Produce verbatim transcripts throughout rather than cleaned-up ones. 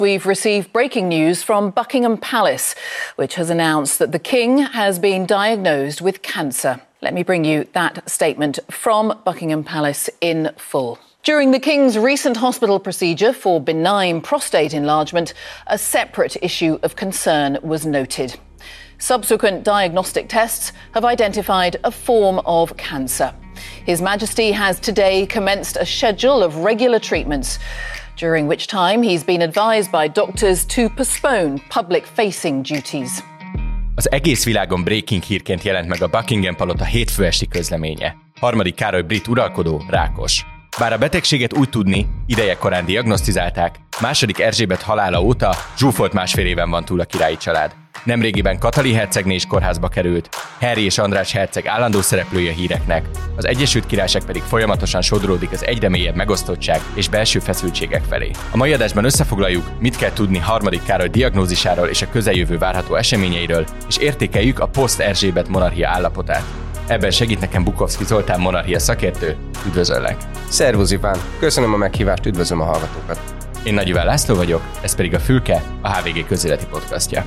We've received breaking news from Buckingham Palace, which has announced that the King has been diagnosed with cancer. Let me bring you that statement from Buckingham Palace in full. During the King's recent hospital procedure for benign prostate enlargement, a separate issue of concern was noted. Subsequent diagnostic tests have identified a form of cancer. His Majesty has today commenced a schedule of regular treatments, during which time he's been advised by doctors to postpone public-facing duties. Az egész világon breaking hírként jelent meg a Buckingham Palota hétfő esti közleménye. Harmadik Károly brit uralkodó rákos. Bár a betegséget úgy tudni, ideje korán diagnosztizálták, második Erzsébet halála óta zsúfolt másfél éven van túl a királyi család. Nemrégiben Katalin hercegné is kórházba került, Harry és András herceg állandó szereplője híreknek, az Egyesült Királyság pedig folyamatosan sodródik az egyre mélyebb megosztottság és belső feszültségek felé. A mai adásban összefoglaljuk, mit kell tudni harmadik Károly diagnózisáról és a közeljövő várható eseményeiről, és értékeljük a poszt-Erzsébet monarchia állapotát. Ebben segít nekem Bukovszki Zoltán monarchia szakértő. Üdvözöllek! Szervusz Iván! Köszönöm a meghívást, üdvözlöm a hallgatókat! Én Nagy Iván László vagyok, ez pedig a Fülke, a há vé gé közéleti podcastja.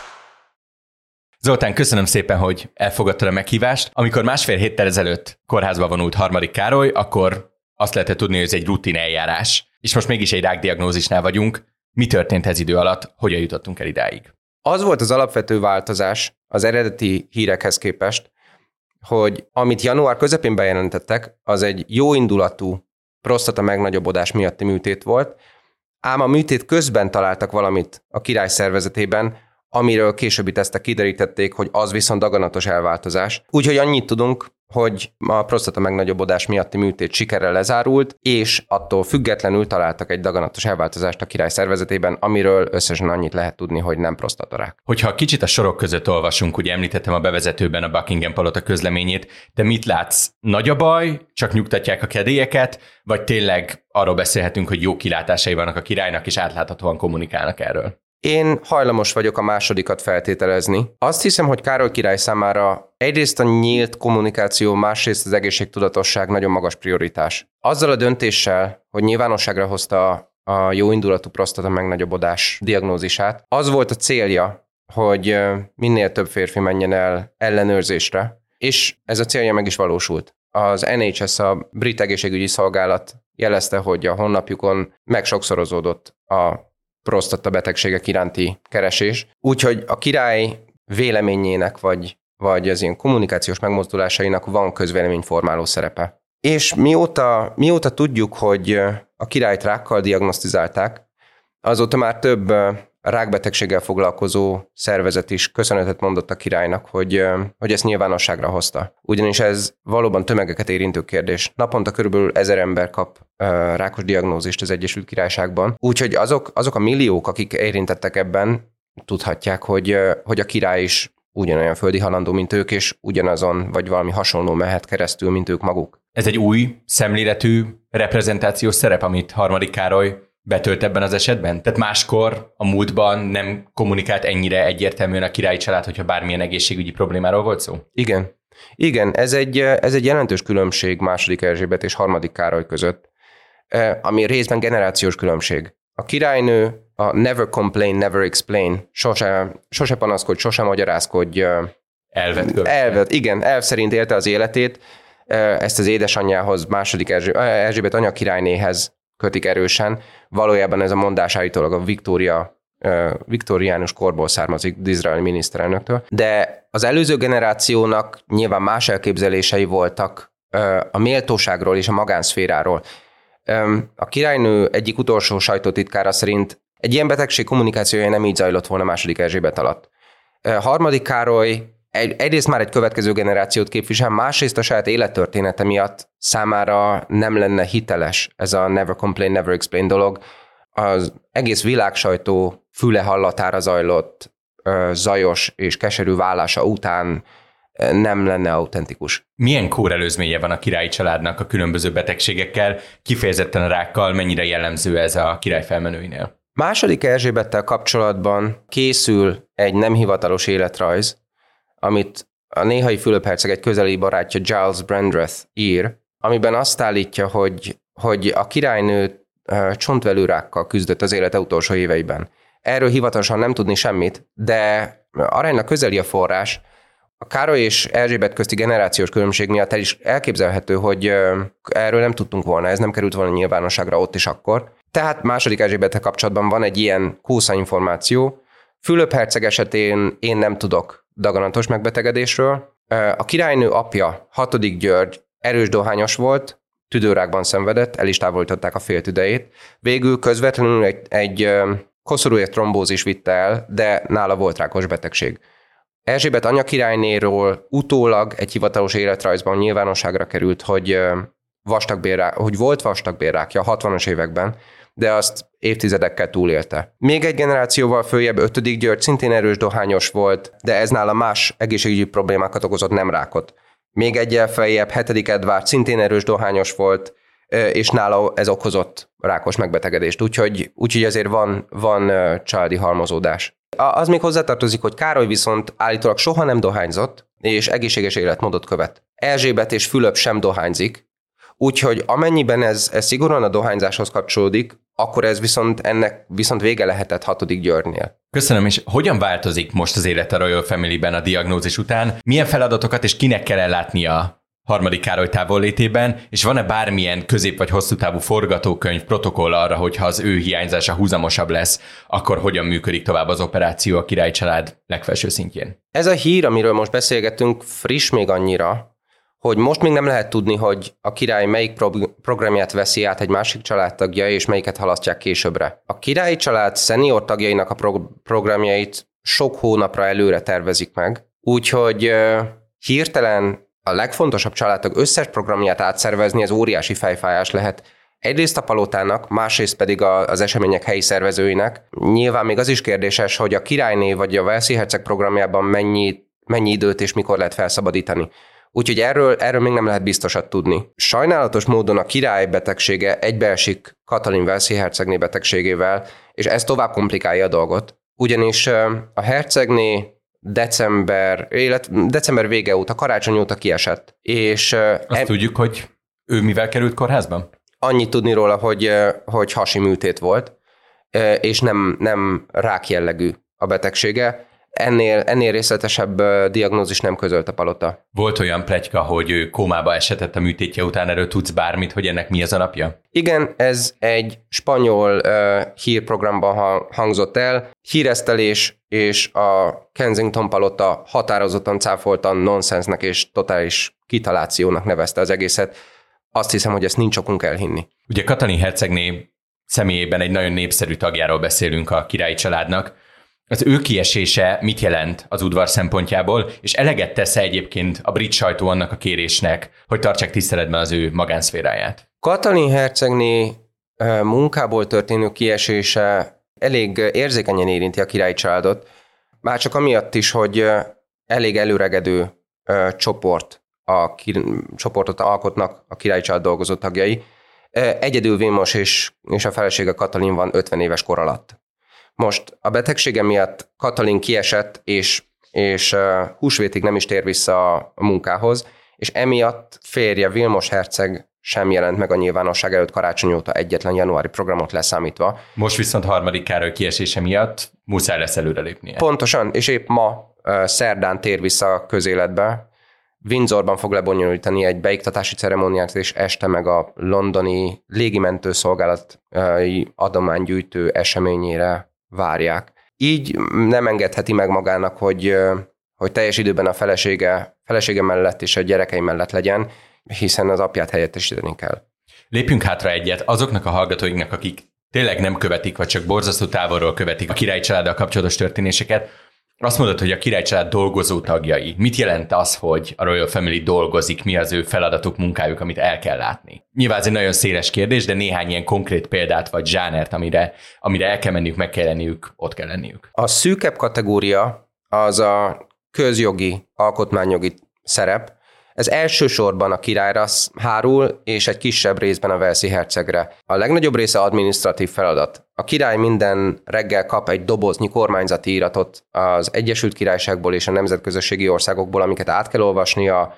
Zoltán, köszönöm szépen, hogy elfogadtad a meghívást. Amikor másfél héttel ezelőtt kórházba vonult harmadik Károly, akkor azt lehetett tudni, hogy ez egy rutin eljárás, és most mégis egy rákdiagnózisnál vagyunk. Mi történt ez idő alatt? Hogyan jutottunk el idáig? Az volt az alapvető változás az eredeti hírekhez képest, hogy amit január közepén bejelentettek, az egy jóindulatú prostata megnagyobbodás miatti műtét volt, ám a műtét közben találtak valamit a király szervezetében, amiről későbbi tesztek kiderítették, hogy az viszont daganatos elváltozás. Úgyhogy annyit tudunk, hogy a prostata megnagyobbodás miatti műtét sikerrel lezárult, és attól függetlenül találtak egy daganatos elváltozást a király szervezetében, amiről összesen annyit lehet tudni, hogy nem prostatarák. Hogyha kicsit a sorok között olvasunk, ugye említettem a bevezetőben a Buckingham Palota közleményét, de mit látsz? Nagy a baj? Csak nyugtatják a kedélyeket? Vagy tényleg arról beszélhetünk, hogy jó kilátásai vannak a királynak, és átláthatóan kommunikálnak erről? Én hajlamos vagyok a másodikat feltételezni. Azt hiszem, hogy Károly király számára egyrészt a nyílt kommunikáció, másrészt az egészségtudatosság nagyon magas prioritás. Azzal a döntéssel, hogy nyilvánosságra hozta a jóindulatú prostata megnagyobbodás diagnózisát, az volt a célja, hogy minél több férfi menjen el ellenőrzésre, és ez a célja meg is valósult. Az en há es, a Brit Egészségügyi Szolgálat jelezte, hogy a honlapjukon megsokszorozódott a prostata betegségek iránti keresés. Úgyhogy a király véleményének, vagy, vagy az ilyen kommunikációs megmozdulásainak van közvéleményformáló szerepe. És mióta, mióta tudjuk, hogy a királyt rákkal diagnosztizálták, azóta már több rákbetegséggel foglalkozó szervezet is köszönetet mondott a királynak, hogy, hogy ezt nyilvánosságra hozta. Ugyanis ez valóban tömegeket érintő kérdés. Naponta körülbelül ezer ember kap rákos diagnózist az Egyesült Királyságban. Úgyhogy azok, azok a milliók, akik érintettek ebben, tudhatják, hogy, hogy a király is ugyanolyan földi halandó, mint ők, és ugyanazon, vagy valami hasonló mehet keresztül, mint ők maguk. Ez egy új szemléletű reprezentációs szerep, amit harmadik Károly betölt ebben az esetben? Tehát máskor a múltban nem kommunikált ennyire egyértelműen a királyi család, hogyha bármilyen egészségügyi problémáról volt szó? Igen. Igen, ez egy, ez egy jelentős különbség második Erzsébet és harmadik Károly között, ami részben generációs különbség. A királynő a never complain, never explain, sose, sose panaszkodj, sose magyarázkodj. Elvet. Elvet, igen, elv szerint élte az életét, ezt az édesanyjához, második Erzsébet, Erzsébet anyakirálynéhez kötik erősen. Valójában ez a mondás állítólag a Viktória, viktóriánus korból származik, izraeli miniszterelnöktől. De az előző generációnak nyilván más elképzelései voltak a méltóságról és a magánszféráról. A királynő egyik utolsó sajtótitkára szerint egy ilyen betegség kommunikációja nem így zajlott volna második Erzsébet alatt. Harmadik Károly egy, egyrészt már egy következő generációt képvisel, másrészt a saját élettörténete miatt számára nem lenne hiteles ez a never complain, never explain dolog. Az egész világsajtó füle hallatára zajlott zajos és keserű vállása után nem lenne autentikus. Milyen kórelőzménye van a királyi családnak a különböző betegségekkel, kifejezetten a rákkal, mennyire jellemző ez a király felmenőinél? Második Erzsébettel kapcsolatban készül egy nem hivatalos életrajz, amit a néhai Fülöp herceg egy közeli barátja Giles Brandreth ír, amiben azt állítja, hogy, hogy a királynő csontvelőrákkal küzdött az élete utolsó éveiben. Erről hivatalosan nem tudni semmit, de aránylag közeli a forrás. A Károly és Erzsébet közti generációs különbség miatt el is elképzelhető, hogy erről nem tudtunk volna, ez nem került volna nyilvánosságra ott is akkor. Tehát második Erzsébettel kapcsolatban van egy ilyen kósza információ. Fülöp herceg esetén én nem tudok daganatos megbetegedésről. A királynő apja, hatodik György, erős dohányos volt, tüdőrákban szenvedett, el is távolították a féltüdejét. Végül közvetlenül egy, egy koszorúért trombózis vitte el, de nála volt rákos betegség. Erzsébet anyakirálynéról utólag egy hivatalos életrajzban nyilvánosságra került, hogy, vastagbélrák, hogy volt vastagbélrákja a hatvanas években, de azt évtizedekkel túlélte. Még egy generációval följebb ötödik György szintén erős dohányos volt, de ez nála más egészségügyi problémákat okozott, nem rákot. Még egyel feljebb hetedik Edvárd szintén erős dohányos volt, és nála ez okozott rákos megbetegedést. Úgyhogy, úgyhogy azért van, van családi halmozódás. Az még hozzátartozik, hogy Károly viszont állítólag soha nem dohányzott, és egészséges életmódot követ. Erzsébet és Fülöp sem dohányzik, úgyhogy amennyiben ez, ez szigorúan a dohányzáshoz kapcsolódik, akkor ez viszont ennek viszont vége lehetett hatodik Györgynél. Köszönöm, és hogyan változik most az élet a Royal Family-ben a diagnózis után? Milyen feladatokat és kinek kell ellátnia harmadik Károly távollétében, és van-e bármilyen közép- vagy hosszú távú forgatókönyv, protokoll arra, hogy ha az ő hiányzása húzamosabb lesz, akkor hogyan működik tovább az operáció a király család legfelső szintjén? Ez a hír, amiről most beszélgetünk, friss még annyira, hogy most még nem lehet tudni, hogy a király melyik pro- programját veszi át egy másik családtagja, és melyiket halasztják későbbre. A királyi család szenior tagjainak a pro- programjait sok hónapra előre tervezik meg, úgyhogy uh, hirtelen a legfontosabb családtag összes programját átszervezni, ez óriási fejfájás lehet. Egyrészt a palotának, másrészt pedig az események helyi szervezőinek. Nyilván még az is kérdéses, hogy a királyné vagy a Walesi herceg programjában mennyi, mennyi időt és mikor lehet felszabadítani. Úgyhogy erről, erről még nem lehet biztosat tudni. Sajnálatos módon a király betegsége egybeesik Katalin Walesi hercegné betegségével, és ez tovább komplikálja a dolgot. Ugyanis a hercegné december, élet, december vége óta, karácsony óta kiesett. És azt e- tudjuk, hogy ő mivel került kórházban? Annyit tudni róla, hogy, hogy hasi műtét volt, és nem, nem rák jellegű a betegsége. Ennél, ennél részletesebb diagnózis nem közölt a palota. Volt olyan pletyka, hogy ő kómába esetett a műtétje után, erről tudsz bármit, hogy ennek mi az alapja? Igen, ez egy spanyol uh, hírprogramban hangzott el. Híresztelés és a Kensington palota határozottan cáfoltan nonsensnek és totális kitalációnak nevezte az egészet. Azt hiszem, hogy ezt nincs okunk elhinni. Ugye Katalin hercegné személyében egy nagyon népszerű tagjáról beszélünk a királyi családnak. Az ő kiesése mit jelent az udvar szempontjából, és eleget tesz egyébként a brit sajtó annak a kérésnek, hogy tartsák tiszteletben az ő magánszféráját? Katalin hercegné munkából történő kiesése elég érzékenyen érinti a királyi családot, már csak amiatt is, hogy elég előregedő csoport, a ki, csoportot alkotnak a királyi család dolgozó tagjai. Egyedül Vilmos és, és a felesége Katalin van ötven éves kor alatt. Most a betegsége miatt Katalin kiesett, és, és uh, húsvétig nem is tér vissza a munkához, és emiatt férje Vilmos herceg sem jelent meg a nyilvánosság előtt karácsony óta egyetlen januári programot leszámítva. Most viszont harmadik Károly kiesése miatt muszáj lesz előrelépnie. Pontosan, és épp ma uh, szerdán tér vissza a közéletbe. Windsorban fog lebonyolítani egy beiktatási ceremóniát, és este meg a londoni légimentőszolgálat uh, adománygyűjtő eseményére várják. Így nem engedheti meg magának, hogy, hogy teljes időben a felesége, felesége mellett és a gyerekei mellett legyen, hiszen az apját helyettesíteni kell. Lépjünk hátra egyet azoknak a hallgatóinknak, akik tényleg nem követik, vagy csak borzasztó távolról követik a királyi családdal kapcsolatos történéseket. Azt mondod, hogy a király család dolgozó tagjai. Mit jelent az, hogy a Royal Family dolgozik, mi az ő feladatuk, munkájuk, amit el kell látni? Nyilván ez egy nagyon széles kérdés, de néhány ilyen konkrét példát vagy zsánert, amire, amire el kell menniük, meg kell lenniük, ott kell lenniük. A szűkebb kategória az a közjogi, alkotmányjogi szerep. Ez elsősorban a királyra hárul, és egy kisebb részben a Walesi hercegre. A legnagyobb része adminisztratív feladat. A király minden reggel kap egy doboznyi kormányzati íratot az Egyesült Királyságból és a nemzetközösségi országokból, amiket át kell olvasnia,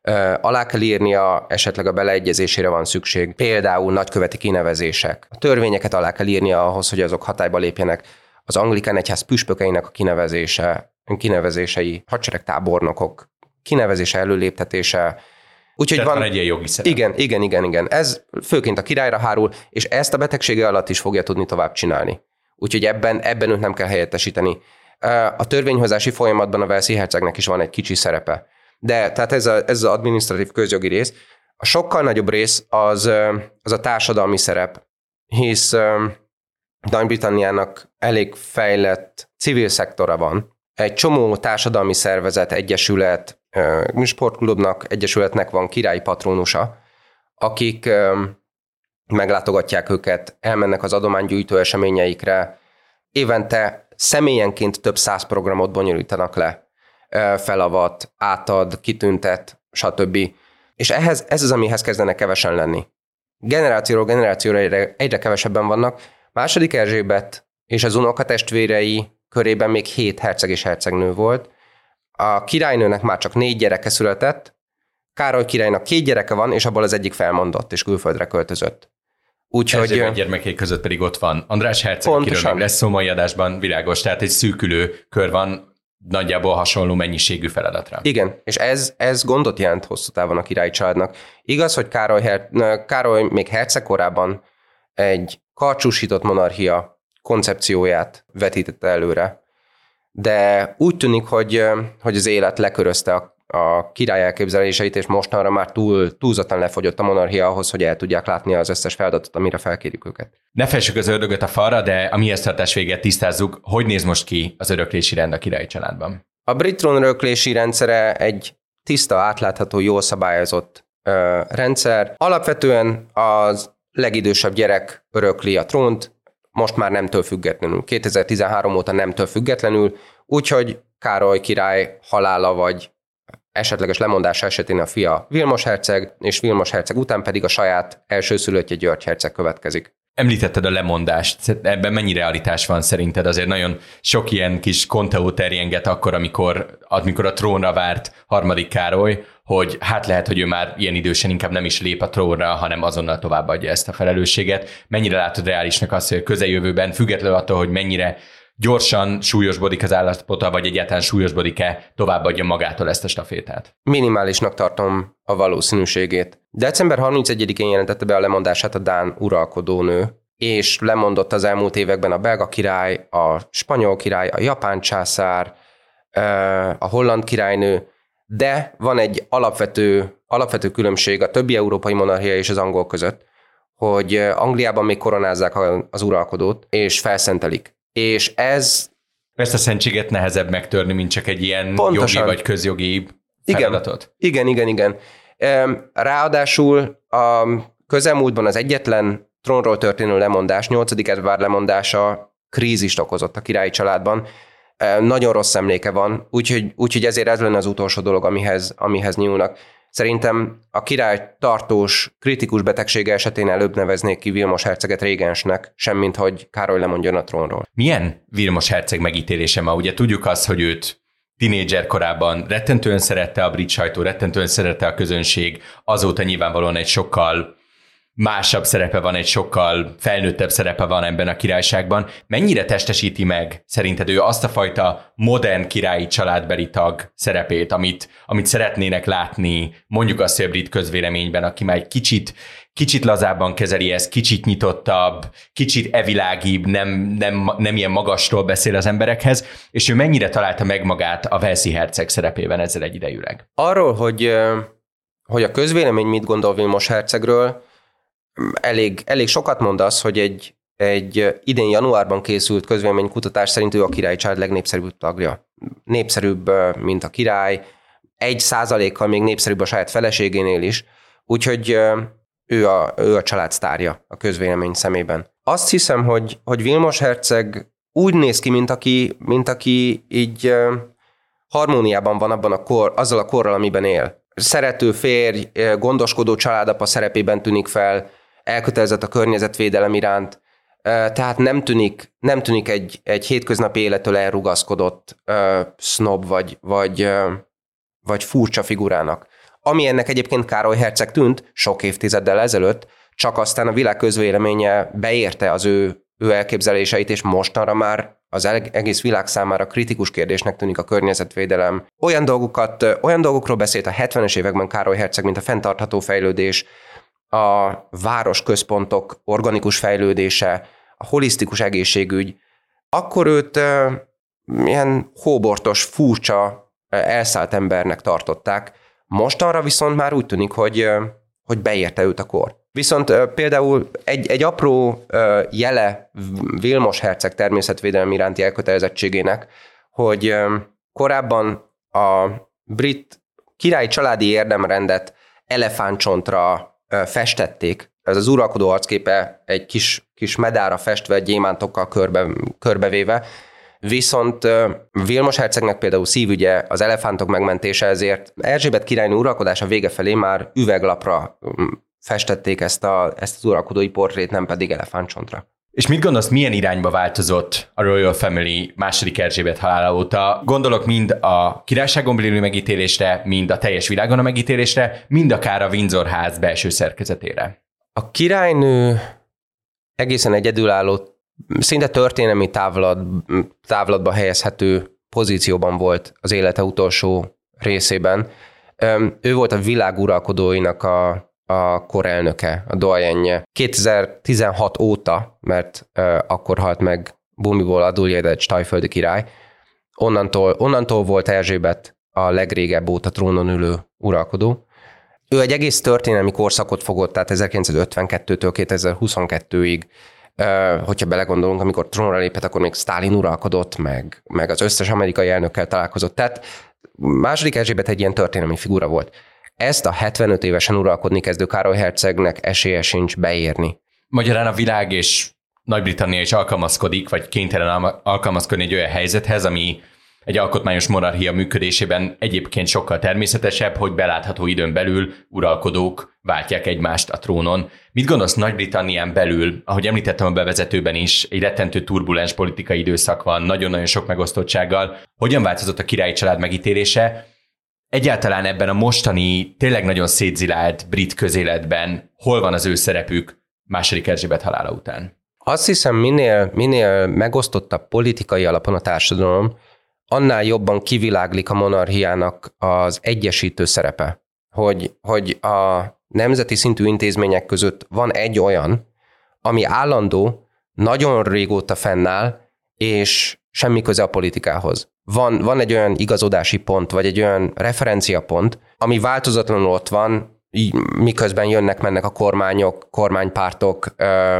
alá kell írnia, esetleg a beleegyezésére van szükség, például nagyköveti kinevezések. A törvényeket alá kell írnia ahhoz, hogy azok hatályba lépjenek. Az anglikán egyház püspökeinek a kinevezése, kinevezései, hadseregtábornokok kinevezése, előléptetése. Úgyhogy van, van egy ilyen jogi szerep. Igen, igen, igen, igen. Ez főként a királyra hárul, és ezt a betegsége alatt is fogja tudni tovább csinálni. Úgyhogy ebben, ebben őt nem kell helyettesíteni. A törvényhozási folyamatban a Walesi hercegnek is van egy kicsi szerepe. De tehát ez, a, ez az adminisztratív közjogi rész. A sokkal nagyobb rész az, az a társadalmi szerep, hisz Nagy-Britanniának elég fejlett civil szektora van. Egy csomó társadalmi szervezet, egyesület, sportklubnak, egyesületnek van királyi patrónusa, akik meglátogatják őket, elmennek az adománygyűjtő eseményeikre, évente személyenként több száz programot bonyolítanak le, felavat, átad, kitüntet, stb. És ehhez, ez az, amihez kezdenek kevesen lenni. Generációról generációra egyre, egyre kevesebben vannak. Második Erzsébet és az unokatestvérei körében még hét herceg és hercegnő volt. A királynőnek már csak négy gyereke született, Károly királynak két gyereke van, és abból az egyik felmondott, és külföldre költözött. Úgyhogy... Erzsébet gyermekei között pedig ott van András herceg, akiről még lesz szó mai adásban, világos, tehát egy szűkülő kör van nagyjából hasonló mennyiségű feladatra. Igen, és ez, ez gondot jelent hosszú távon a királyi családnak. Igaz, hogy Károly, her- Károly még herceg korában egy karcsúsított monarchia koncepcióját vetítette előre, de úgy tűnik, hogy, hogy az élet lekörözte a, a király elképzeléseit, és mostanra már túl, túlzottan lefogyott a monarchia ahhoz, hogy el tudják látni az összes feladatot, amire felkérjük őket. Ne fessük az ördögöt a falra, de a mihez tartás véget tisztázzuk, hogy néz most ki az öröklési rend a királyi családban? A brit trón öröklési rendszere egy tiszta, átlátható, jól szabályozott ö, rendszer. Alapvetően az legidősebb gyerek örökli a trónt, most már nemtől függetlenül. kétezer-tizenhárom óta nemtől függetlenül, úgyhogy Károly király halála vagy esetleges lemondása esetén a fia Vilmos herceg, és Vilmos herceg után pedig a saját elsőszülöttje György herceg következik. Említetted a lemondást, ebben mennyi realitás van szerinted? Azért nagyon sok ilyen kis konteó terjenget akkor, amikor, amikor a trónra várt harmadik Károly, hogy hát lehet, hogy ő már ilyen idősen inkább nem is lép a trónra, hanem azonnal továbbadja ezt a felelősséget. Mennyire látod reálisnak azt, hogy a közeljövőben, függetlenül attól, hogy mennyire gyorsan súlyosbodik az állapota, vagy egyáltalán súlyosbodik-e, továbbadja magától ezt a stafétát? Minimálisnak tartom a valószínűségét. december harmincegyedikén jelentette be a lemondását a dán uralkodónő, és lemondott az elmúlt években a belga király, a spanyol király, a japán császár, a holland királynő, de van egy alapvető, alapvető különbség a többi európai monarchia és az angol között, hogy Angliában még koronázzák az uralkodót, és felszentelik. És ez... Ezt a szentséget nehezebb megtörni, mint csak egy ilyen Pontosan. jogi vagy közjogi feladatot. Igen, igen, igen, igen. Ráadásul a közelmúltban az egyetlen trónról történő lemondás, nyolcadik Edvárd lemondása krízist okozott a királyi családban. Nagyon rossz emléke van, úgyhogy, úgyhogy ezért ez lenne az utolsó dolog, amihez, amihez nyúlnak. Szerintem a király tartós, kritikus betegsége esetén előbb neveznék ki Vilmos herceget régensnek, semmint hogy Károly lemondjon a trónról. Milyen Vilmos herceg megítélése ma? Ugye tudjuk azt, hogy őt tinédzser korában rettentően szerette a brit sajtó, rettentően szerette a közönség, azóta nyilvánvalóan egy sokkal másabb szerepe van, egy sokkal felnőttebb szerepe van ebben a királyságban. Mennyire testesíti meg szerinted ő azt a fajta modern királyi családbeli tag szerepét, amit, amit szeretnének látni, mondjuk azt, hogy a brit közvéleményben, aki már egy kicsit, kicsit lazábban kezeli ezt, kicsit nyitottabb, kicsit evilágibb, nem, nem, nem ilyen magasról beszél az emberekhez, és ő mennyire találta meg magát a Walesi herceg szerepében ezzel egyidejűleg? Arról, hogy, hogy a közvélemény mit gondol Vilmos hercegről, Elég, elég sokat mond az, hogy egy, egy idén januárban készült közvéleménykutatás szerint ő a királyi család legnépszerűbb tagja. Népszerűbb, mint a király, egy százalékkal még népszerűbb a saját feleségénél is, úgyhogy ő a, ő a család sztárja a közvélemény szemében. Azt hiszem, hogy, hogy Vilmos herceg úgy néz ki, mint aki, mint aki így harmóniában van abban a kor, azzal a korral, amiben él. Szerető férj, gondoskodó családapa szerepében tűnik fel, elkötelezett a környezetvédelem iránt, tehát nem tűnik, nem tűnik egy, egy hétköznapi élettől elrugaszkodott uh, sznob vagy, vagy, uh, vagy furcsa figurának. ami ennek egyébként Károly herceg tűnt sok évtizeddel ezelőtt, csak aztán a világ közvéleménye beérte az ő, ő elképzeléseit, és mostanra már az egész világ számára kritikus kérdésnek tűnik a környezetvédelem. Olyan dolgokat, olyan dolgokról beszélt a hetvenes években Károly herceg, mint a fenntartható fejlődés, a városközpontok organikus fejlődése, a holisztikus egészségügy. Akkor őt uh, ilyen hóbortos, furcsa, uh, elszállt embernek tartották. Mostanra viszont már úgy tűnik, hogy, uh, hogy beérte őt a kor. Viszont uh, például egy, egy apró uh, jele Vilmos herceg természetvédelmi iránti elkötelezettségének, hogy uh, korábban a brit királyi családi érdemrendet elefántcsontra uh, festették. Ez az uralkodó arcképe egy kis, kis medára festve, gyémántokkal körbe, körbevéve. Viszont uh, Vilmos hercegnek például szívügye az elefántok megmentése, ezért Erzsébet királynő uralkodása vége felé már üveglapra um, festették ezt, a, ezt az uralkodói portrét, nem pedig elefántcsontra. És mit gondolsz, milyen irányba változott a Royal Family második Erzsébet halála óta? Gondolok mind a királyságon belüli megítélésre, mind a teljes világon a megítélésre, mind akár a Windsor ház belső szerkezetére. A királynő egészen egyedülálló, szinte történelmi távlat, távlatba helyezhető pozícióban volt az élete utolsó részében. Ő volt a világ uralkodóinak a a korelnöke, a doyenje. kétezer-tizenhat óta, mert uh, akkor halt meg Bhumibol Adulyadej tajföldi király, onnantól, onnantól volt Erzsébet a legrégebb óta trónon ülő uralkodó. Ő egy egész történelmi korszakot fogott, tehát ezerkilencszázötvenkettőtől kétezer-huszonkettőig, uh, hogyha belegondolunk, amikor trónra lépett, akkor még Sztálin uralkodott, meg, meg az összes amerikai elnökkel találkozott. Tehát második Erzsébet egy ilyen történelmi figura volt. Ezt a hetvenöt évesen uralkodni kezdő Károly hercegnek esélye sincs beérni. Magyarán a világ és Nagy-Britannia is alkalmazkodik, vagy kénytelen alkalmazkodni egy olyan helyzethez, ami egy alkotmányos monarchia működésében egyébként sokkal természetesebb, hogy belátható időn belül uralkodók váltják egymást a trónon. Mit gondolsz, Nagy-Britannián belül, ahogy említettem a bevezetőben is, egy rettentő turbulens politikai időszak van, nagyon-nagyon sok megosztottsággal. Hogyan változott a királyi család megítélése? Egyáltalán ebben a mostani, tényleg nagyon szétzilált brit közéletben hol van az ő szerepük második Erzsébet halála után? Azt hiszem, minél, minél megosztottabb politikai alapon a társadalom, annál jobban kiviláglik a monarchiának az egyesítő szerepe. Hogy, hogy a nemzeti szintű intézmények között van egy olyan, ami állandó, nagyon régóta fennáll, és semmi köze a politikához. Van, van egy olyan igazodási pont, vagy egy olyan referenciapont, ami változatlanul ott van, miközben jönnek-mennek a kormányok, kormánypártok,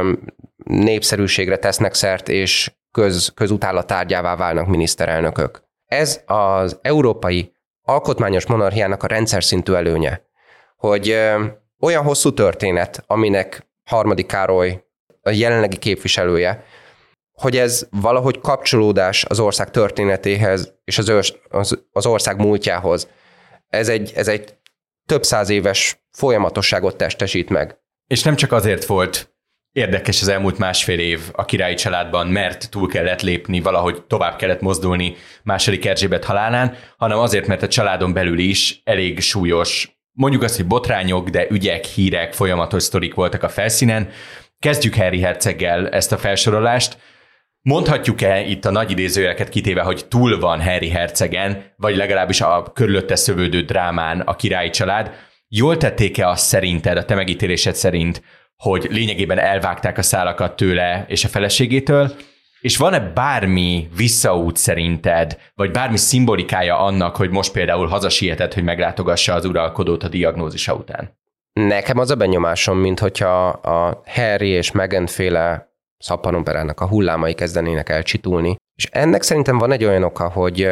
népszerűségre tesznek szert, és köz, közutálat tárgyává válnak miniszterelnökök. Ez az európai alkotmányos monarchiának a rendszer szintű előnye, hogy olyan hosszú történet, aminek harmadik Károly a jelenlegi képviselője, hogy ez valahogy kapcsolódás az ország történetéhez és az, ős, az, az ország múltjához. Ez egy, ez egy több száz éves folyamatosságot testesít meg. És nem csak azért volt érdekes az elmúlt másfél év a királyi családban, mert túl kellett lépni, valahogy tovább kellett mozdulni második Erzsébet halálán, hanem azért, mert a családon belül is elég súlyos, mondjuk azt, hogy botrányok, de ügyek, hírek, folyamatos sztorik voltak a felszínen. Kezdjük Harry herceggel ezt a felsorolást. Mondhatjuk-e itt a nagy idézőjeleket kitéve, hogy túl van Harry hercegen, vagy legalábbis a körülötte szövődő drámán a királyi család? Jól tették-e azt szerinted, a te megítélésed szerint, hogy lényegében elvágták a szálakat tőle és a feleségétől, és van-e bármi visszaút szerinted, vagy bármi szimbolikája annak, hogy most például hazasietett, hogy meglátogassa az uralkodót a diagnózisa után? Nekem az a benyomásom, mint hogyha a Harry és Meghan féle szappanoperának a hullámai kezdenének elcsitulni. És ennek szerintem van egy olyan oka, hogy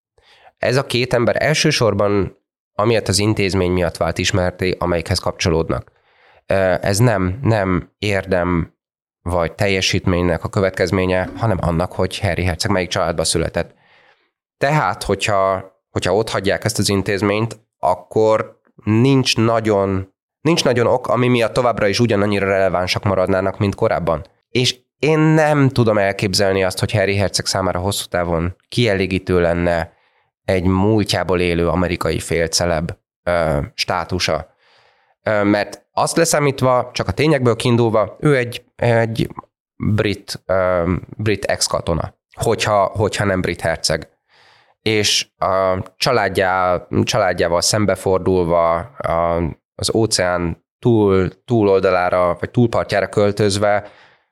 ez a két ember elsősorban amiatt az intézmény miatt vált ismerté, amelyikhez kapcsolódnak. Ez nem, nem érdem vagy teljesítménynek a következménye, hanem annak, hogy Harry herceg melyik családba született. Tehát, hogyha, hogyha ott hagyják ezt az intézményt, akkor nincs nagyon, nincs nagyon ok, ami miatt továbbra is ugyanannyira relevánsak maradnának, mint korábban. És én nem tudom elképzelni azt, hogy Harry herceg számára hosszú távon kielégítő lenne egy múltjából élő amerikai félceleb ö, státusa. Ö, mert azt leszámítva, csak a tényekből kiindulva, ő egy, egy brit, ö, brit ex-katona, hogyha, hogyha nem brit herceg. És a családjá, családjával szembefordulva, a, az óceán túl, túloldalára, vagy túlpartjára költözve,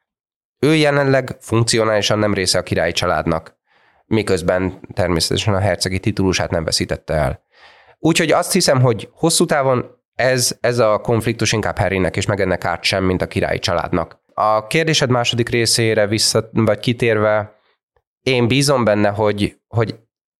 ő jelenleg funkcionálisan nem része a királyi családnak, miközben természetesen a hercegi titulusát nem veszítette el. Úgyhogy azt hiszem, hogy hosszú távon ez, ez a konfliktus inkább Harrynek és Meghannek árt sem, mint a királyi családnak. A kérdésed második részére vissza, vagy kitérve, én bízom benne, hogy, hogy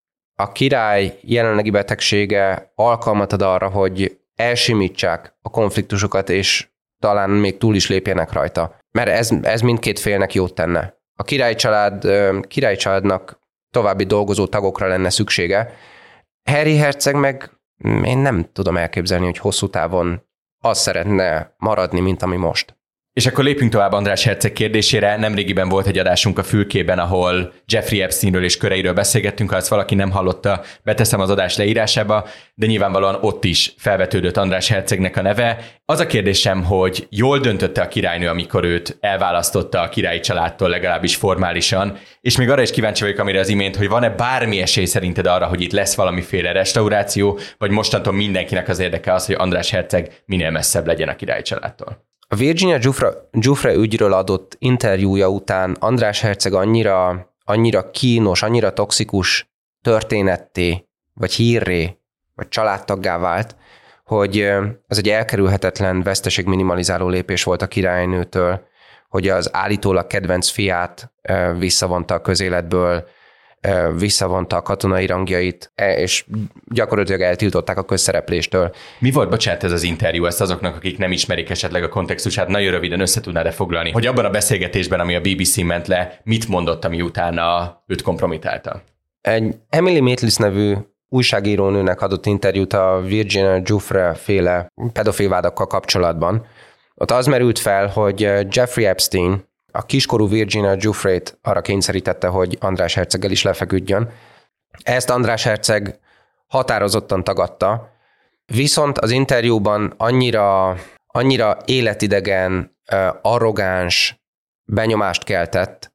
a király jelenlegi betegsége alkalmat ad arra, hogy elsimítsák a konfliktusokat, és talán még túl is lépjenek rajta. Mert ez, ez mindkét félnek jót tenne. A király család, király családnak további dolgozó tagokra lenne szüksége. Harry herceg meg én nem tudom elképzelni, hogy hosszú távon az szeretne maradni, mint ami most. És akkor lépjünk tovább András herceg kérdésére. Nemrégiben volt egy adásunk a Fülkében, ahol Jeffrey Epsteinről és köreiről beszélgettünk, ha ezt valaki nem hallotta, beteszem az adás leírásába, de nyilvánvalóan ott is felvetődött András hercegnek a neve. Az a kérdésem, hogy jól döntötte a királynő, amikor őt elválasztotta a királyi családtól, legalábbis formálisan, és még arra is kíváncsi vagyok, amire az imént, hogy van-e bármi esély szerinted arra, hogy itt lesz valamiféle restauráció, vagy mostantól mindenkinek az érdeke az, hogy András herceg minél messzebb legyen a királyi családtól? A Virginia Giuffre ügyről adott interjúja után András herceg annyira, annyira kínos, annyira toxikus történetté, vagy hírré, vagy családtaggá vált, hogy ez egy elkerülhetetlen veszteségminimalizáló lépés volt a királynőtől, hogy az állítólag kedvenc fiát visszavonta a közéletből, visszavonta a katonai rangjait, és gyakorlatilag eltiltották a közszerepléstől. Mi volt, bocsánat, ez az interjú, ezt azoknak, akik nem ismerik esetleg a kontextusát, nagyon röviden össze tudnád-e foglalni, hogy abban a beszélgetésben, ami a bé bé cé ment le, mit mondott, ami utána őt kompromitálta? Egy Emily Maitlis nevű újságírónőnek adott interjút a Virginia Giuffre féle pedofilvádakkal kapcsolatban. Ott az merült fel, hogy Jeffrey Epstein a kiskorú Virginia Giuffrét arra kényszerítette, hogy András herceggel is lefeküdjön. Ezt András herceg határozottan tagadta, viszont az interjúban annyira, annyira életidegen, arrogáns benyomást keltett,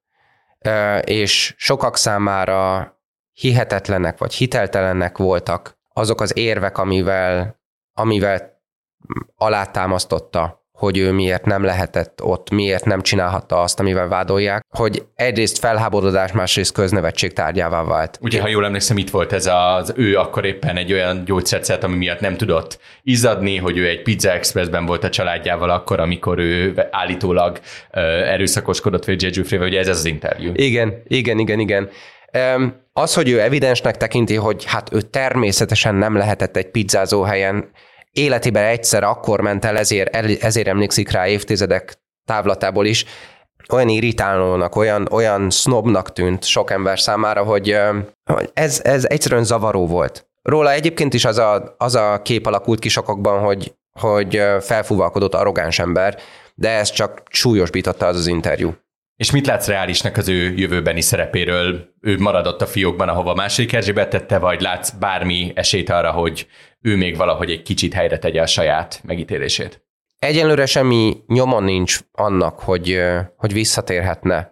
és sokak számára hihetetlenek vagy hiteltelennek voltak azok az érvek, amivel, amivel alátámasztotta, hogy ő miért nem lehetett ott, miért nem csinálhatta azt, amivel vádolják, hogy egyrészt felháborodás, másrészt köznevetség tárgyává vált. Ugye, ha jól emlékszem, itt volt ez az, ő akkor éppen egy olyan gyógyszert, ami miatt nem tudott izzadni, hogy ő egy Pizza Expressben volt a családjával akkor, amikor ő állítólag uh, erőszakoskodott Virginia Giuffrével, ugye ez az, az interjú. Igen, igen, igen, igen. Az, hogy ő evidensnek tekinti, hogy hát ő természetesen nem lehetett egy pizzázó helyen, életében egyszer akkor ment el, ezért, ezért emlékszik rá évtizedek távlatából is, olyan irritálónak, olyan, olyan sznobnak tűnt sok ember számára, hogy ez, ez egyszerűen zavaró volt. Róla egyébként is az a, az a kép alakult ki sokakban, hogy, hogy felfúvalkodott arrogáns ember, de ez csak súlyosbította az az interjú. És mit látsz reálisnak az ő jövőbeni szerepéről? Ő maradott a fiókban, ahova a második Erzsébet tette, vagy látsz bármi esélyt arra, hogy ő még valahogy egy kicsit helyre tegye a saját megítélését? Egyelőre semmi nyoma nincs annak, hogy, hogy visszatérhetne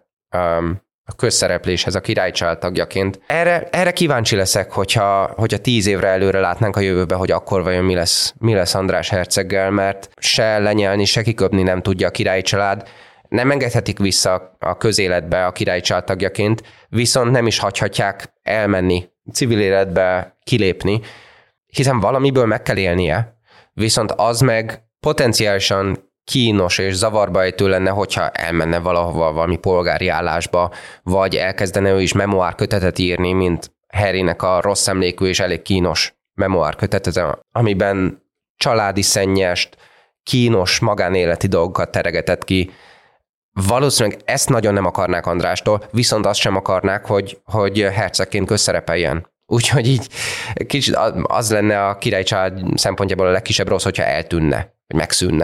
a közszerepléshez a királycsalád tagjaként. Erre, erre kíváncsi leszek, hogyha, hogyha tíz évre előre látnánk a jövőbe, hogy akkor vajon mi lesz, mi lesz András herceggel, mert se lenyelni, se kiköpni nem tudja a királyi család. Nem engedhetik vissza a közéletbe a királyi család tagjaként, viszont nem is hagyhatják elmenni, civil életbe kilépni, hiszen valamiből meg kell élnie, viszont az meg potenciálisan kínos és zavarba ejtő lenne, hogyha elmenne valahova valami polgári állásba, vagy elkezdene ő is memoár kötetet írni, mint Harrynek a rossz emlékű és elég kínos memoár kötetet, amiben családi szennyest, kínos magánéleti dolgokat teregetett ki. Valószínűleg ezt nagyon nem akarnák Andrástól, viszont azt sem akarnák, hogy, hogy hercegként közszerepeljen. Úgyhogy így kicsit az lenne a király család szempontjából a legkisebb rossz, hogyha eltűnne, vagy megszűnne.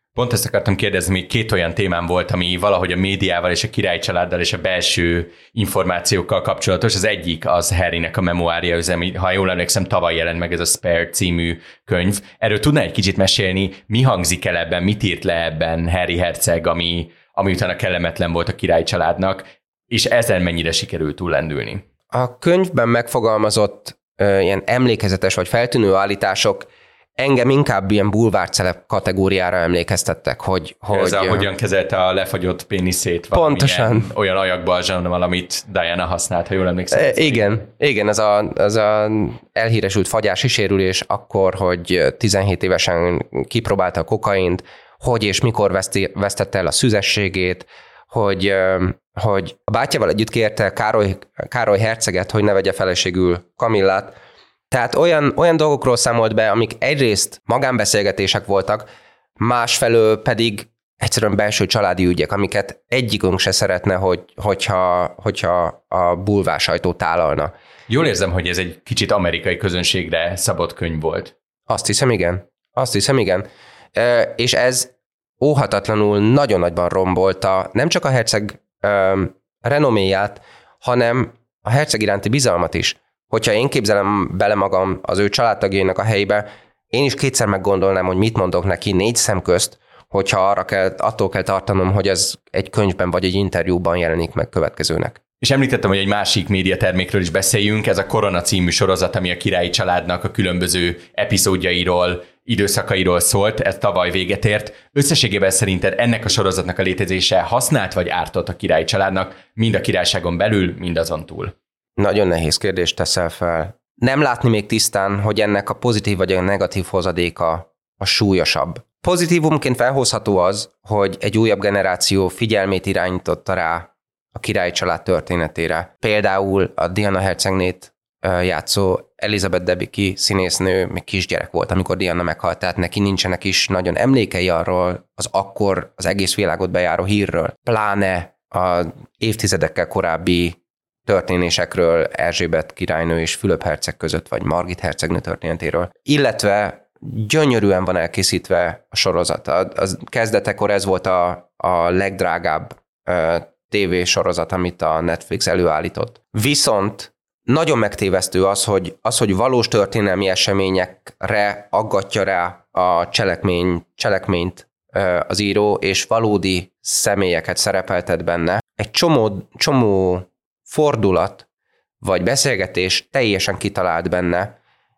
Pont ezt akartam kérdezni, még két olyan témám volt, ami valahogy a médiával és a király családdal és a belső információkkal kapcsolatos. Az egyik az Harrynek a memoária üzemi, ha jól emlékszem, tavaly jelent meg ez a Spare című könyv. Erről tudná egy kicsit mesélni, mi hangzik el ebben, mit írt le ebben Harry herceg, ami, ami utána kellemetlen volt a király családnak, és ezen mennyire sikerült túllendülni? A könyvben megfogalmazott ö, ilyen emlékezetes vagy feltűnő állítások engem inkább ilyen bulvárceleb kategóriára emlékeztettek, hogy... hogy ez a, hogyan kezelte a lefagyott péniszét pontosan. Olyan ajakbalzsammal, amit Diana használt, ha jól emlékszem. E, igen, igen, ez a, ez a elhíresült fagyási sérülés akkor, hogy tizenhét évesen kipróbálta a kokaint, hogy és mikor veszti, vesztette el a szüzességét, hogy, hogy a bátyával együtt kérte Károly, Károly herceget, hogy ne vegye feleségül Kamillát. Tehát olyan, olyan dolgokról számolt be, amik egyrészt magánbeszélgetések voltak, másfelől pedig egyszerűen belső családi ügyek, amiket egyikünk se szeretne, hogy, hogyha, hogyha a bulvár sajtó tálalna. Jól érzem, hogy ez egy kicsit amerikai közönségre szabott könyv volt. Azt hiszem, igen. Azt hiszem, igen. E, és ez óhatatlanul nagyon nagyban rombolta nem csak a herceg e, renoméját, hanem a herceg iránti bizalmat is. Hogyha én képzelem bele magam az ő családtagjainak a helyébe, én is kétszer meggondolnám, hogy mit mondok neki négy szem közt, hogyha arra kell, attól kell tartanom, hogy ez egy könyvben vagy egy interjúban jelenik meg következőnek. És említettem, hogy egy másik médiatermékről is beszéljünk, ez a Korona című sorozat, ami a királyi családnak a különböző epizódjairól, időszakairól szólt, ez tavaly véget ért. Összességében szerinted ennek a sorozatnak a létezése használt vagy ártott a királyi családnak, mind a királyságon belül, mind azon túl? Nagyon nehéz kérdést teszel fel. Nem látni még tisztán, hogy ennek a pozitív vagy a negatív hozadéka a súlyosabb. Pozitívumként felhozható az, hogy egy újabb generáció figyelmét irányította rá a királyi család történetére. Például a Diana hercegnét játszó Elizabeth Debicki színésznő még kisgyerek volt, amikor Diana meghalt, tehát neki nincsenek is nagyon emlékei arról az akkor az egész világot bejáró hírről. Pláne a évtizedekkel korábbi történésekről, Erzsébet királynő és Fülöp herceg között, vagy Margit hercegnő történetéről. Illetve gyönyörűen van elkészítve a sorozat. A, a kezdetekor ez volt a, a legdrágább uh, tévésorozat, amit a Netflix előállított. Viszont nagyon megtévesztő az, hogy, az, hogy valós történelmi eseményekre aggatja rá a cselekmény, cselekményt uh, az író, és valódi személyeket szerepeltet benne. Egy csomó, csomó fordulat vagy beszélgetés teljesen kitalált benne,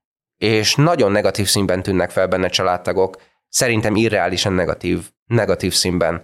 és nagyon negatív színben tűnnek fel benne családtagok, szerintem irreálisan negatív, negatív színben.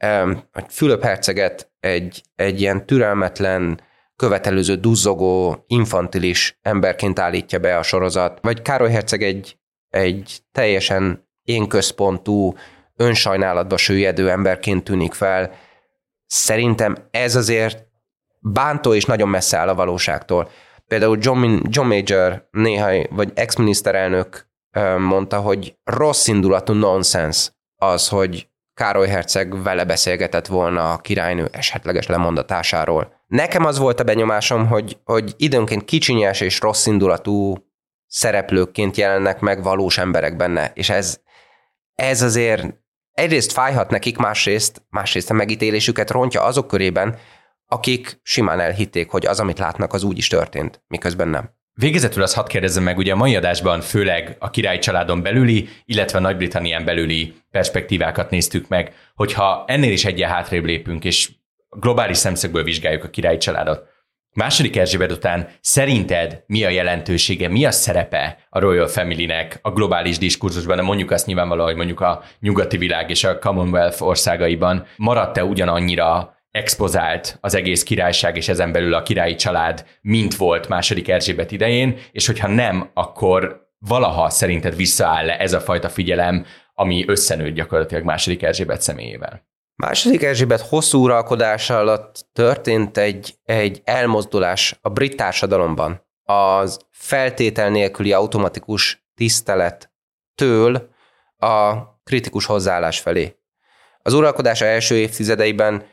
Fülöp herceget egy, egy ilyen türelmetlen, követelőző, duzzogó, infantilis emberként állítja be a sorozat, vagy Károly herceg egy, egy teljesen énközpontú, önsajnálatba süllyedő emberként tűnik fel. Szerintem ez azért bántó és nagyon messze áll a valóságtól. Például John, John Major néha, vagy ex-miniszterelnök mondta, hogy rossz indulatú nonsense az, hogy Károly herceg vele beszélgetett volna a királynő esetleges lemondatásáról. Nekem az volt a benyomásom, hogy, hogy időnként kicsinyes és rossz indulatú szereplőkként jelennek meg valós emberek benne, és ez, ez azért egyrészt fájhat nekik, másrészt, másrészt a megítélésüket rontja azok körében, akik simán elhitték, hogy az, amit látnak, az úgy is történt, miközben nem. Végezetül azt hadd kérdezzem meg, ugye a mai adásban főleg a királyi családon belüli, illetve a Nagy-Britannián belüli perspektívákat néztük meg, hogyha ennél is egyen hátrébb lépünk, és globális szemszögből vizsgáljuk a királyi családot. Második Erzsébet után szerinted mi a jelentősége, mi a szerepe a Royal Family-nek a globális diskurzusban, de mondjuk azt nyilvánvalóan, hogy mondjuk a nyugati világ és a Commonwealth országaiban maradt-e ugyanannyira expozált az egész királyság és ezen belül a királyi család, mint volt második Erzsébet idején, és hogyha nem, akkor valaha szerinted visszaáll-e ez a fajta figyelem, ami összenőtt gyakorlatilag második Erzsébet személyével? Második Erzsébet hosszú uralkodása alatt történt egy, egy elmozdulás a brit társadalomban. Az feltétel nélküli automatikus tisztelettől a kritikus hozzáállás felé. Az uralkodása első évtizedeiben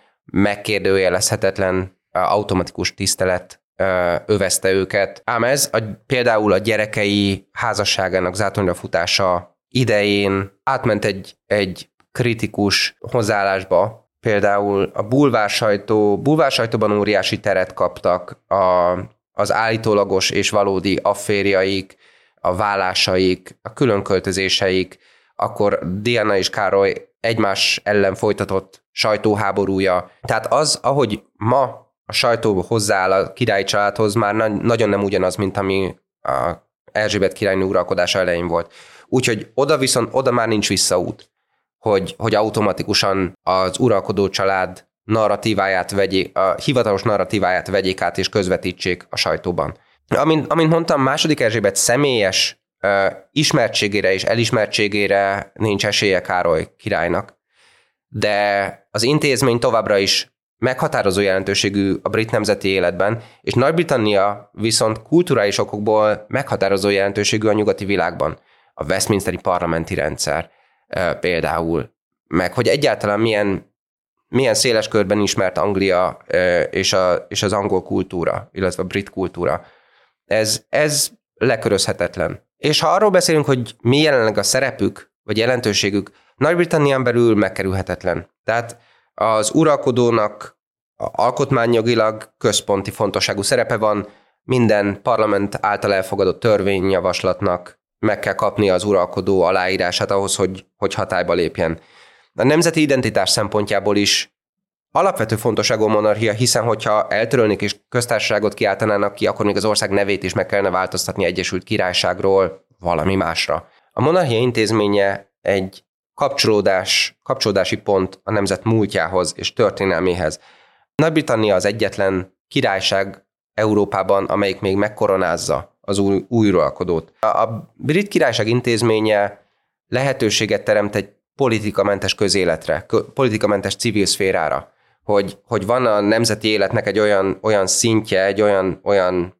megkérdőjelezhetetlen automatikus tisztelet övezte őket. Ám ez a, például a gyerekei házasságának zátonyra futása idején átment egy, egy kritikus hozzáállásba. Például a bulvársajtó, bulvársajtóban óriási teret kaptak a, az állítólagos és valódi afférjaik, a vállásaik, a különköltözéseik, akkor Diana és Károly egymás ellen folytatott sajtóháborúja. Tehát az, ahogy ma a sajtó hozzááll a királyi családhoz, már na- nagyon nem ugyanaz, mint ami a Erzsébet királynő uralkodása elején volt. Úgyhogy oda viszont, oda már nincs visszaút, hogy, hogy automatikusan az uralkodó család narratíváját vegyék, a hivatalos narratíváját vegyék át és közvetítsék a sajtóban. Amint, amint mondtam, második Erzsébet személyes uh, ismertségére és elismertségére nincs esélye Károly királynak, de az intézmény továbbra is meghatározó jelentőségű a brit nemzeti életben, és Nagy-Britannia viszont kulturális okokból meghatározó jelentőségű a nyugati világban. A Westminsteri parlamenti rendszer uh, például, meg hogy egyáltalán milyen, milyen széles körben ismert Anglia uh, és, a, és az angol kultúra, illetve a brit kultúra. Ez, ez lekörözhetetlen. És ha arról beszélünk, hogy mi jelenleg a szerepük, vagy jelentőségük, Nagy-Britannián belül megkerülhetetlen. Tehát az uralkodónak alkotmányjogilag központi fontosságú szerepe van, minden parlament által elfogadott törvényjavaslatnak meg kell kapnia az uralkodó aláírását ahhoz, hogy, hogy hatályba lépjen. A nemzeti identitás szempontjából is alapvető fontosságú a monarchia, hiszen hogyha eltörölnék és köztársaságot kiáltanának ki, akkor még az ország nevét is meg kellene változtatni Egyesült Királyságról valami másra. A monarchia intézménye egy kapcsolódás, kapcsolódási pont a nemzet múltjához és történelméhez. Nagy-Britannia az egyetlen királyság Európában, amelyik még megkoronázza az új, új uralkodót. A, a brit királyság intézménye lehetőséget teremt egy politikamentes közéletre, politikamentes civil szférára, hogy, hogy van a nemzeti életnek egy olyan, olyan szintje, egy olyan, olyan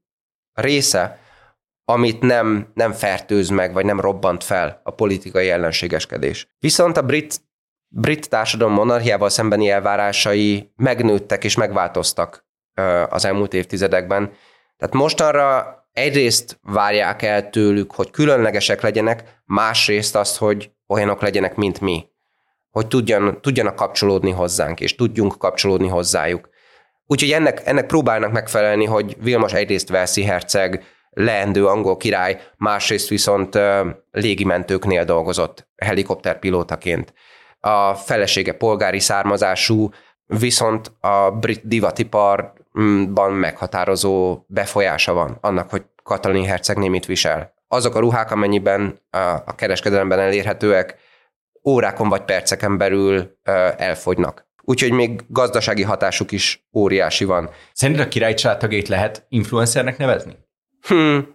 része, amit nem, nem fertőz meg, vagy nem robbant fel a politikai ellenségeskedés. Viszont a brit, brit társadalom monarchiával szembeni elvárásai megnőttek és megváltoztak az elmúlt évtizedekben. Tehát mostanra egyrészt várják el tőlük, hogy különlegesek legyenek, másrészt azt, hogy olyanok legyenek, mint mi. Hogy tudjan, tudjanak kapcsolódni hozzánk, és tudjunk kapcsolódni hozzájuk. Úgyhogy ennek, ennek próbálnak megfelelni, hogy Vilmos egyrészt Walesi herceg, leendő angol király, másrészt viszont uh, légimentőknél dolgozott helikopterpilótaként. A felesége polgári származású, viszont a brit divatiparban meghatározó befolyása van annak, hogy Katalin hercegné mit visel. Azok a ruhák, amennyiben a, a kereskedelemben elérhetőek, órákon vagy perceken belül uh, elfogynak. Úgyhogy még gazdasági hatásuk is óriási van. Szerinted a király családtagjait lehet influencernek nevezni? Hmm.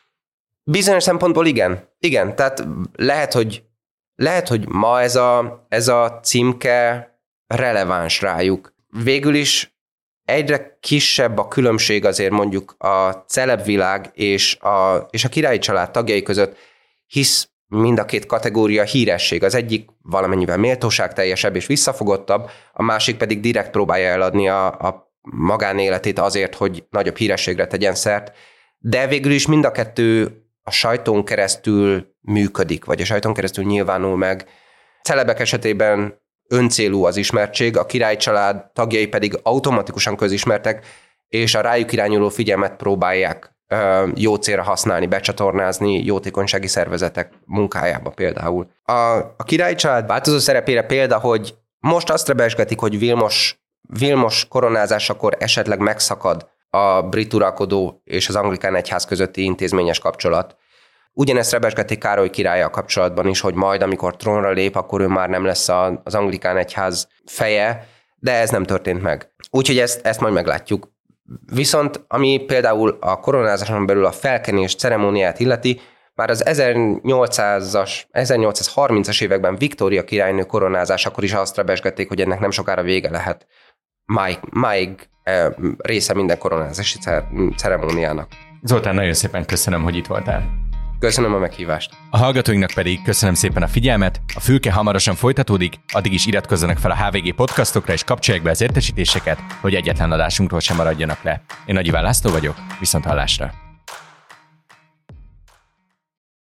Bizonyos szempontból igen. Igen, tehát lehet, hogy, lehet, hogy ma ez a, ez a címke releváns rájuk. Végül is egyre kisebb a különbség azért mondjuk a celebvilág és a, és a királyi család tagjai között, hisz mind a két kategória híresség. Az egyik valamennyivel méltóságteljesebb és visszafogottabb, a másik pedig direkt próbálja eladni a, a magánéletét azért, hogy nagyobb hírességre tegyen szert, de végül is mind a kettő a sajtón keresztül működik, vagy a sajtón keresztül nyilvánul meg. Celebek esetében öncélú az ismertség, a király család tagjai pedig automatikusan közismertek, és a rájuk irányuló figyelmet próbálják ö, jó célra használni, becsatornázni jótékonysági szervezetek munkájába például. A, a király család változó szerepére példa, hogy most azt rebesgetik, hogy Vilmos, Vilmos koronázásakor esetleg megszakad a brit uralkodó és az anglikán egyház közötti intézményes kapcsolat. Ugyanezt rebesgetik Károly királlyal kapcsolatban is, hogy majd, amikor trónra lép, akkor ő már nem lesz az anglikán egyház feje, de ez nem történt meg. Úgyhogy ezt, ezt majd meglátjuk. Viszont ami például a koronázáson belül a felkenés ceremóniát illeti, már az ezernyolcszázas, ezernyolcszázharmincas években Viktória királynő koronázásakor is azt rebesgették, hogy ennek nem sokára vége lehet. Máig, máig e, része minden koronázási ceremóniának. Zoltán, nagyon szépen köszönöm, hogy itt voltál. Köszönöm a meghívást. A hallgatóinknak pedig köszönöm szépen a figyelmet, a Fülke hamarosan folytatódik, addig is iratkozzanak fel a há vé gé podcastokra és kapcsolják be az értesítéseket, hogy egyetlen adásunkról sem maradjanak le. Én Nagy Iván László vagyok, viszont hallásra.